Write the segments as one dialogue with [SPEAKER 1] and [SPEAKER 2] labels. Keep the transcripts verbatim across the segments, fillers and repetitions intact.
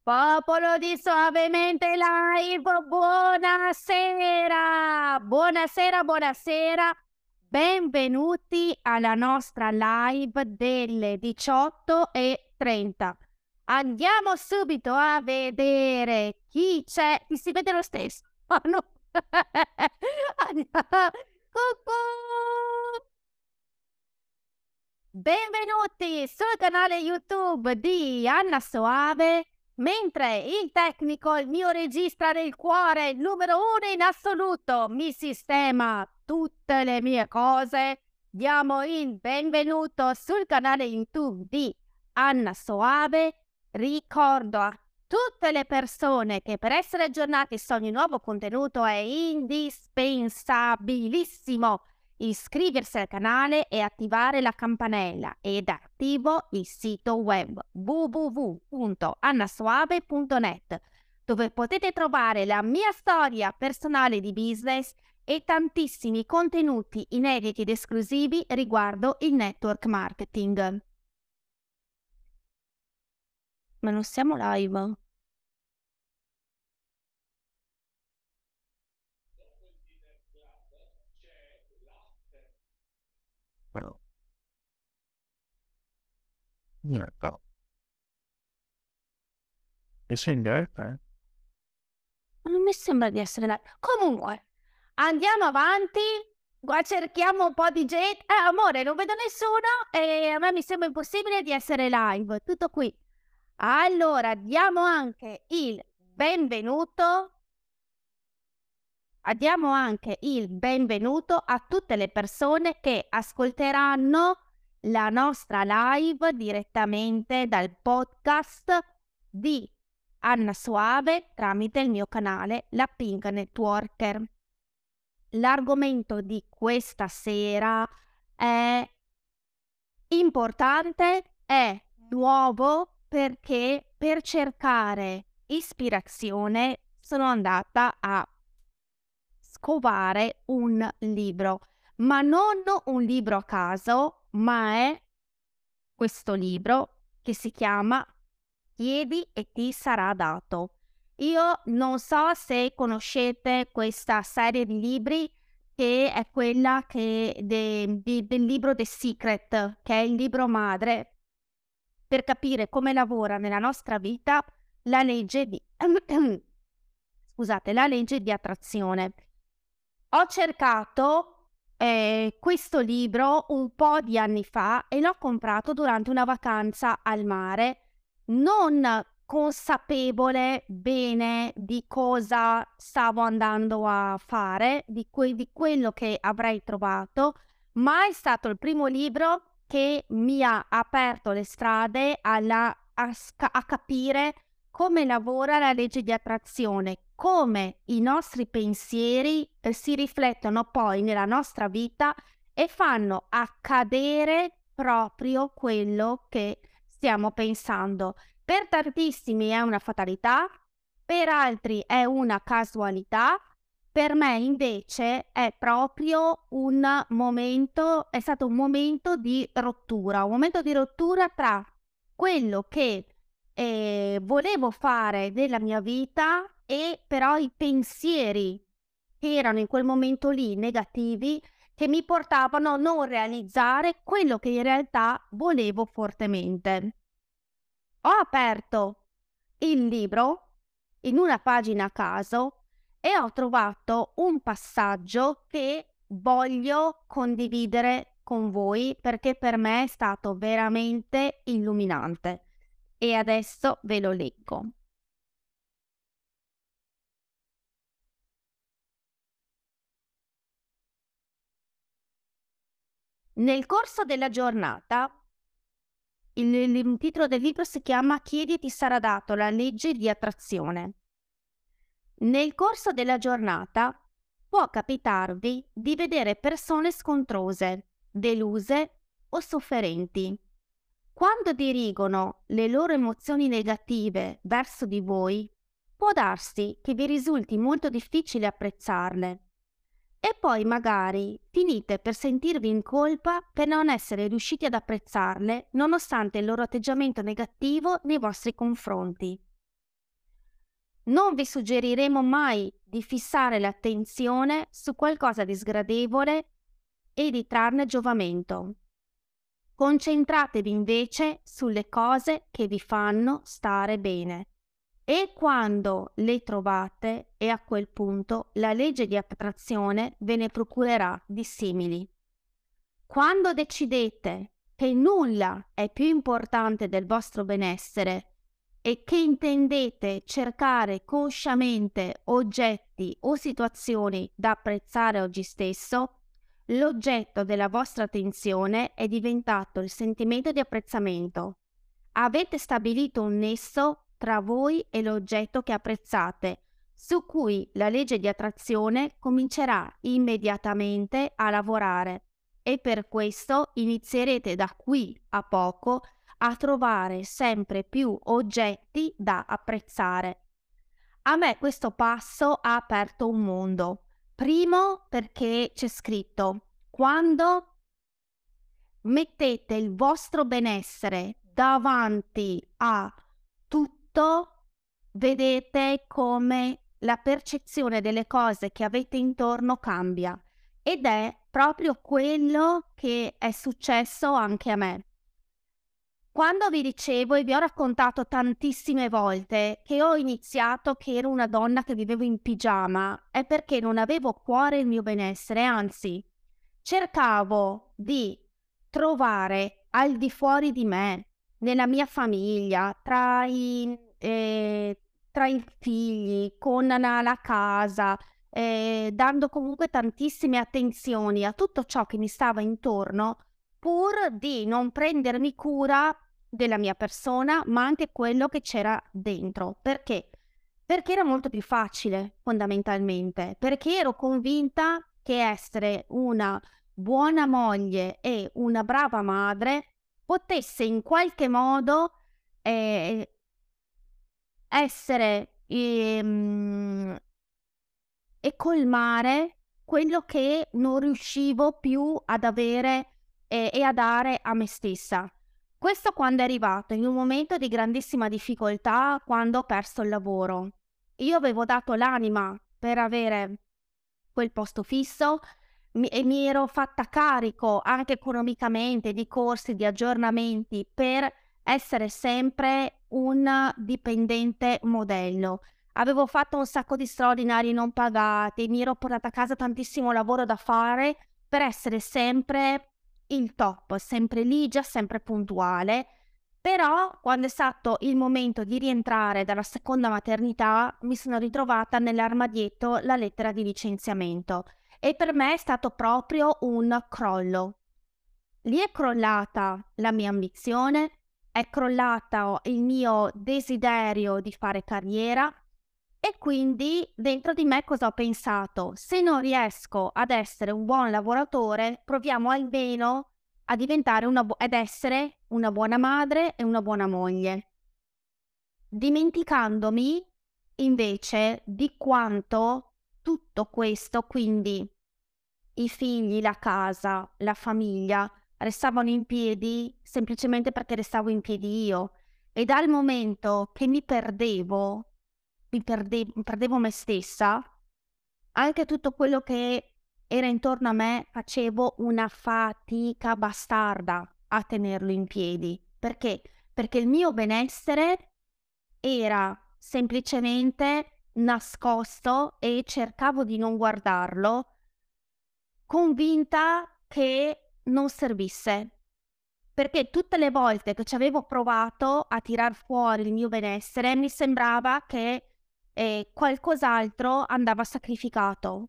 [SPEAKER 1] Popolo di Suavemente Live, buonasera! Buonasera, buonasera. Benvenuti alla nostra live delle diciotto e trenta. Andiamo subito a vedere chi c'è. Chi si vede lo stesso? Oh, no. Andiamo. Cucù! Benvenuti sul canale YouTube di Anna Soave. Mentre il tecnico, il mio regista del cuore, il numero uno in assoluto, mi sistema tutte le mie cose, diamo il benvenuto sul canale YouTube di Anna Soave. Ricordo a tutte le persone che per essere aggiornati su ogni nuovo contenuto è indispensabilissimo iscriversi al canale e attivare la campanella ed attivo il sito web w w w punto annasuave punto net, dove potete trovare la mia storia personale di business e tantissimi contenuti inediti ed esclusivi riguardo il network marketing. Ma non siamo live?
[SPEAKER 2] Però, ecco. E sei in diretta, eh?
[SPEAKER 1] Ma non mi sembra di essere live. Comunque, andiamo avanti. Qua cerchiamo un po' di gente. Eh, amore, non vedo nessuno e a me mi sembra impossibile di essere live. Tutto qui. Allora, diamo anche il benvenuto. Diamo anche il benvenuto a tutte le persone che ascolteranno la nostra live direttamente dal podcast di Anna Soave tramite il mio canale La Pink Networker. L'argomento di questa sera è importante, è nuovo perché per cercare ispirazione sono andata a scovare un libro, ma non un libro a caso, ma è questo libro che si chiama Chiedi e ti sarà dato. Io non so se conoscete questa serie di libri che è quella che de, de, del libro The Secret, che è il libro madre per capire come lavora nella nostra vita la legge di scusate, la legge di attrazione. Ho cercato eh, questo libro un po' di anni fa e l'ho comprato durante una vacanza al mare, non consapevole bene di cosa stavo andando a fare, di, que- di quello che avrei trovato, ma è stato il primo libro che mi ha aperto le strade alla, a, sca- a capire come lavora la legge di attrazione, come i nostri pensieri eh, si riflettono poi nella nostra vita e fanno accadere proprio quello che stiamo pensando. Per tantissimi è una fatalità, per altri è una casualità, per me invece è proprio un momento, è stato un momento di rottura, un momento di rottura tra quello che eh, volevo fare della mia vita e però i pensieri che erano in quel momento lì negativi che mi portavano a non realizzare quello che in realtà volevo fortemente. Ho aperto il libro in una pagina a caso e ho trovato un passaggio che voglio condividere con voi perché per me è stato veramente illuminante. E adesso ve lo leggo. Nel corso della giornata, il, il titolo del libro si chiama Chiedi e ti sarà dato, la legge di attrazione. Nel corso della giornata può capitarvi di vedere persone scontrose, deluse o sofferenti. Quando dirigono le loro emozioni negative verso di voi, può darsi che vi risulti molto difficile apprezzarle. E poi magari finite per sentirvi in colpa per non essere riusciti ad apprezzarle nonostante il loro atteggiamento negativo nei vostri confronti. Non vi suggeriremo mai di fissare l'attenzione su qualcosa di sgradevole e di trarne giovamento. Concentratevi invece sulle cose che vi fanno stare bene. E quando le trovate, e a quel punto la legge di attrazione ve ne procurerà di simili. Quando decidete che nulla è più importante del vostro benessere e che intendete cercare consciamente oggetti o situazioni da apprezzare oggi stesso, l'oggetto della vostra attenzione è diventato il sentimento di apprezzamento. Avete stabilito un nesso tra voi e l'oggetto che apprezzate, su cui la legge di attrazione comincerà immediatamente a lavorare, e per questo inizierete da qui a poco a trovare sempre più oggetti da apprezzare. A me questo passo ha aperto un mondo. Primo, perché c'è scritto: quando mettete il vostro benessere davanti a tutto, vedete come la percezione delle cose che avete intorno cambia, ed è proprio quello che è successo anche a me. Quando vi dicevo e vi ho raccontato tantissime volte che ho iniziato che ero una donna che vivevo in pigiama, è perché non avevo a cuore il mio benessere, anzi cercavo di trovare al di fuori di me, nella mia famiglia, tra i, eh, tra i figli, con la, la casa, eh, dando comunque tantissime attenzioni a tutto ciò che mi stava intorno, pur di non prendermi cura della mia persona, ma anche quello che c'era dentro. Perché? Perché era molto più facile, fondamentalmente, perché ero convinta che essere una buona moglie e una brava madre potesse in qualche modo eh, essere ehm, e colmare quello che non riuscivo più ad avere eh, e a dare a me stessa. Questo quando è arrivato in un momento di grandissima difficoltà, quando ho perso il lavoro. Io avevo dato l'anima per avere quel posto fisso mi, e mi ero fatta carico anche economicamente di corsi, di aggiornamenti per essere sempre un dipendente modello. Avevo fatto un sacco di straordinari non pagati, mi ero portata a casa tantissimo lavoro da fare per essere sempre il top, sempre ligia, sempre puntuale. Però quando è stato il momento di rientrare dalla seconda maternità mi sono ritrovata nell'armadietto la lettera di licenziamento e per me è stato proprio un crollo. Lì è crollata la mia ambizione, è crollata il mio desiderio di fare carriera e quindi dentro di me cosa ho pensato? Se non riesco ad essere un buon lavoratore, proviamo almeno a diventare una bu- ad essere una buona madre e una buona moglie, dimenticandomi invece di quanto tutto questo, quindi i figli, la casa, la famiglia, restavano in piedi semplicemente perché restavo in piedi io. E dal momento che mi perdevo, mi perde- perdevo me stessa, anche tutto quello che era intorno a me facevo una fatica bastarda a tenerlo in piedi. Perché? Perché il mio benessere era semplicemente nascosto e cercavo di non guardarlo, convinta che non servisse. Perché tutte le volte che ci avevo provato a tirar fuori il mio benessere mi sembrava che eh, qualcos'altro andava sacrificato.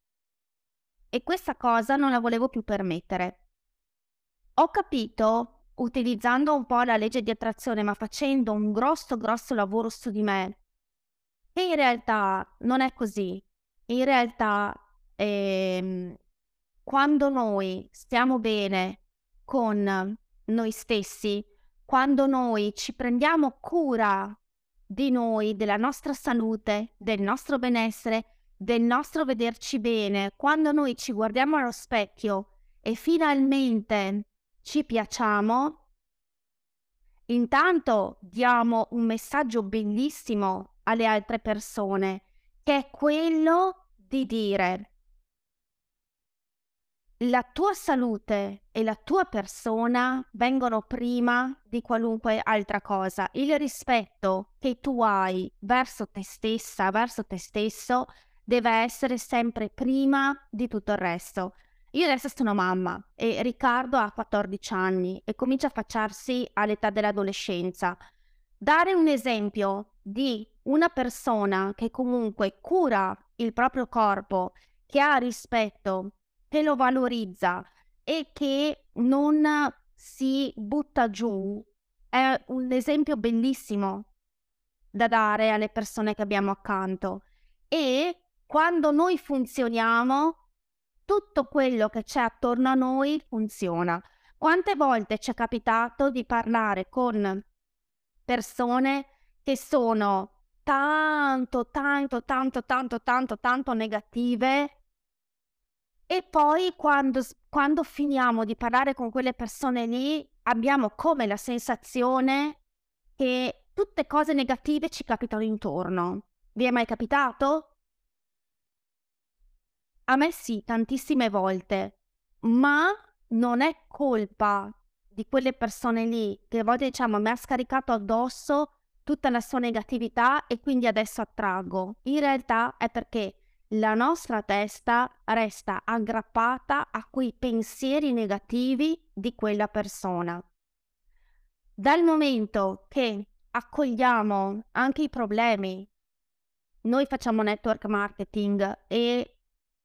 [SPEAKER 1] E questa cosa non la volevo più permettere. Ho capito, utilizzando un po' la legge di attrazione, ma facendo un grosso grosso lavoro su di me, che in realtà non è così. In realtà ehm, quando noi stiamo bene con noi stessi, quando noi ci prendiamo cura di noi, della nostra salute, del nostro benessere, del nostro vederci bene, quando noi ci guardiamo allo specchio e finalmente ci piacciamo, intanto diamo un messaggio bellissimo alle altre persone, che è quello di dire: la tua salute e la tua persona vengono prima di qualunque altra cosa. Il rispetto che tu hai verso te stessa, verso te stesso, deve essere sempre prima di tutto il resto. Io adesso sono mamma e Riccardo ha quattordici anni e comincia a affacciarsi all'età dell'adolescenza. Dare un esempio di una persona che comunque cura il proprio corpo, che ha rispetto, che lo valorizza e che non si butta giù, è un esempio bellissimo da dare alle persone che abbiamo accanto. E quando noi funzioniamo, tutto quello che c'è attorno a noi funziona. Quante volte ci è capitato di parlare con persone che sono tanto, tanto, tanto, tanto, tanto, tanto negative, e poi quando, s- quando finiamo di parlare con quelle persone lì, abbiamo come la sensazione che tutte cose negative ci capitano intorno. Vi è mai capitato? A me sì, tantissime volte, ma non è colpa di quelle persone lì che a volte diciamo mi ha scaricato addosso tutta la sua negatività e quindi adesso attraggo. In realtà è perché la nostra testa resta aggrappata a quei pensieri negativi di quella persona. Dal momento che accogliamo anche i problemi, noi facciamo network marketing e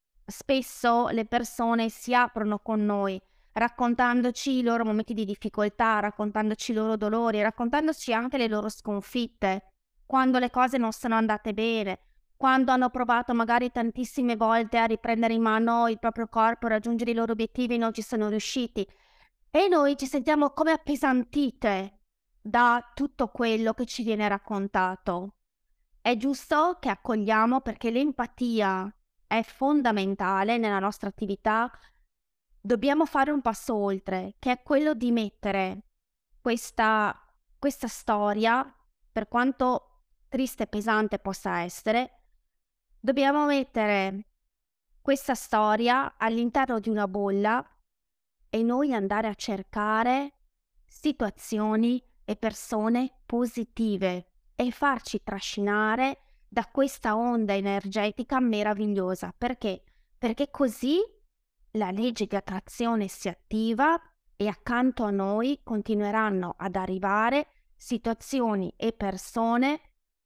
[SPEAKER 1] spesso le persone si aprono con noi, raccontandoci i loro momenti di difficoltà, raccontandoci i loro dolori, raccontandoci anche le loro sconfitte, quando le cose non sono andate bene, quando hanno provato magari tantissime volte a riprendere in mano il proprio corpo, raggiungere i loro obiettivi e non ci sono riusciti. E noi ci sentiamo come appesantite da tutto quello che ci viene raccontato. È giusto che accogliamo perché l'empatia è fondamentale nella nostra attività. Dobbiamo fare un passo oltre, che è quello di mettere questa, questa storia, per quanto triste e pesante possa essere, dobbiamo mettere questa storia all'interno di una bolla e noi andare a cercare situazioni e persone positive e farci trascinare da questa onda energetica meravigliosa. Perché? Perché così la legge di attrazione si attiva e accanto a noi continueranno ad arrivare situazioni e persone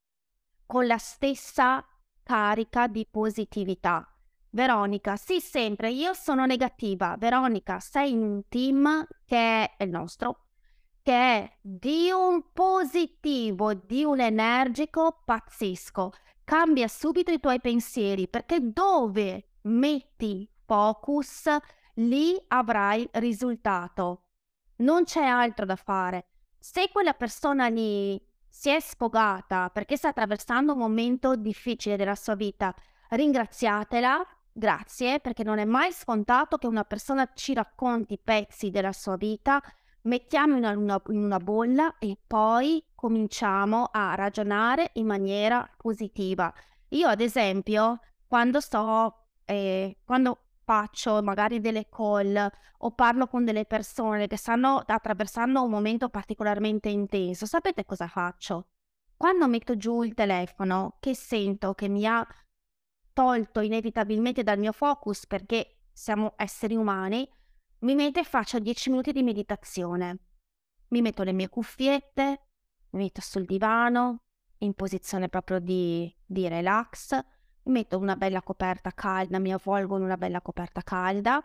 [SPEAKER 1] con la stessa carica di positività. Veronica, sì, sempre, io sono negativa. Veronica, sei in un team che è il nostro, che è di un positivo, di un energico pazzesco. Cambia subito i tuoi pensieri, perché dove metti focus, lì avrai risultato. Non c'è altro da fare. Se quella persona lì si è sfogata perché sta attraversando un momento difficile della sua vita, ringraziatela, grazie, perché non è mai scontato che una persona ci racconti pezzi della sua vita, mettiamo in una, in una bolla e poi cominciamo a ragionare in maniera positiva. Io, ad esempio, quando sto, eh, quando faccio magari delle call o parlo con delle persone che stanno attraversando un momento particolarmente intenso, sapete cosa faccio? Quando metto giù il telefono, che sento che mi ha tolto inevitabilmente dal mio focus perché siamo esseri umani, mi metto e faccio dieci minuti di meditazione. Mi metto le mie cuffiette, mi metto sul divano, in posizione proprio di, di relax, mi metto una bella coperta calda, mi avvolgo in una bella coperta calda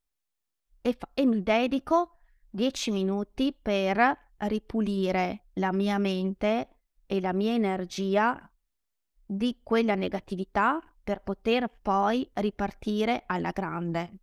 [SPEAKER 1] e, fa- e mi dedico dieci minuti per ripulire la mia mente e la mia energia di quella negatività per poter poi ripartire alla grande.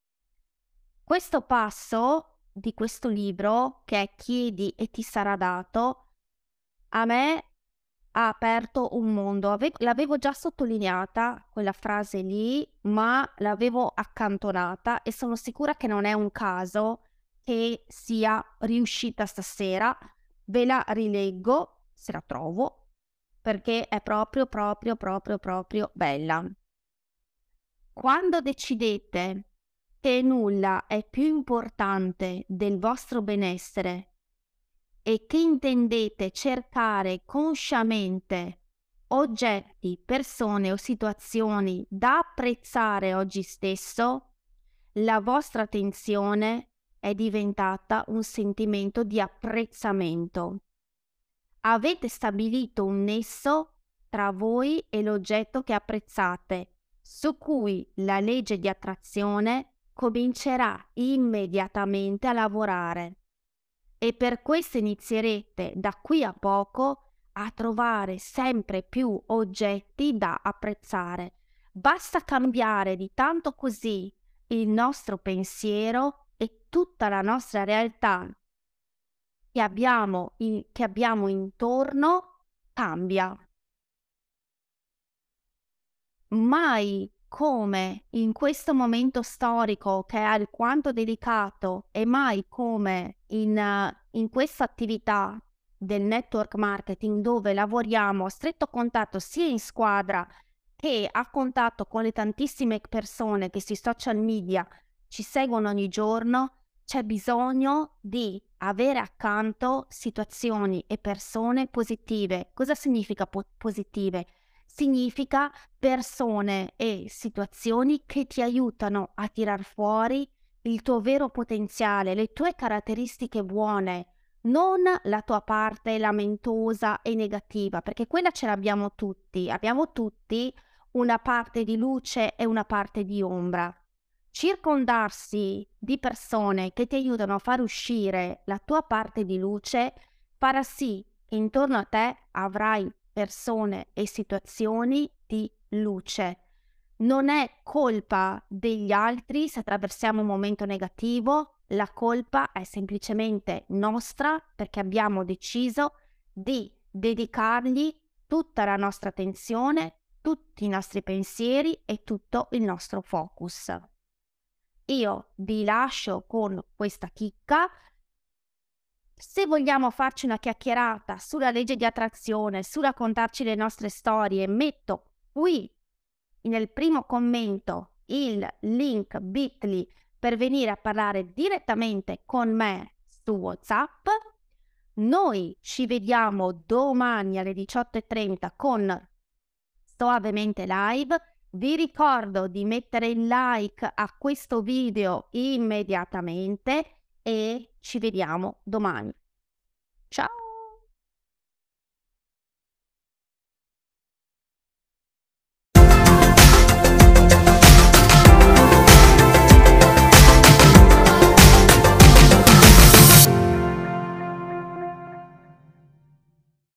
[SPEAKER 1] Questo passo di questo libro, che è Chiedi e ti sarà dato, a me ha aperto un mondo. Ave- l'avevo già sottolineata quella frase lì, ma l'avevo accantonata e sono sicura che non è un caso che sia riuscita stasera. Ve la rileggo se la trovo. perché è proprio, proprio, proprio, proprio bella. Quando decidete che nulla è più importante del vostro benessere e che intendete cercare consciamente oggetti, persone o situazioni da apprezzare oggi stesso, la vostra attenzione è diventata un sentimento di apprezzamento. Avete stabilito un nesso tra voi e l'oggetto che apprezzate, su cui la legge di attrazione comincerà immediatamente a lavorare. E per questo inizierete da qui a poco a trovare sempre più oggetti da apprezzare. Basta cambiare di tanto così il nostro pensiero e tutta la nostra realtà che abbiamo, in, che abbiamo intorno cambia. Mai come in questo momento storico che è alquanto delicato e mai come in, uh, in questa attività del network marketing dove lavoriamo a stretto contatto sia in squadra che a contatto con le tantissime persone che sui social media ci seguono ogni giorno, c'è bisogno di avere accanto situazioni e persone positive. Cosa significa po- positive? Significa persone e situazioni che ti aiutano a tirar fuori il tuo vero potenziale, le tue caratteristiche buone, non la tua parte lamentosa e negativa, perché quella ce l'abbiamo tutti, abbiamo tutti una parte di luce e una parte di ombra. Circondarsi di persone che ti aiutano a far uscire la tua parte di luce farà sì che intorno a te avrai persone e situazioni di luce. Non è colpa degli altri se attraversiamo un momento negativo, la colpa è semplicemente nostra perché abbiamo deciso di dedicargli tutta la nostra attenzione, tutti i nostri pensieri e tutto il nostro focus. Io vi lascio con questa chicca. Se vogliamo farci una chiacchierata sulla legge di attrazione, su raccontarci le nostre storie, metto qui nel primo commento il link bit punto l y per venire a parlare direttamente con me su WhatsApp. Noi ci vediamo domani alle diciotto e trenta con Soavemente Live. Vi ricordo di mettere il like a questo video immediatamente e ci vediamo domani.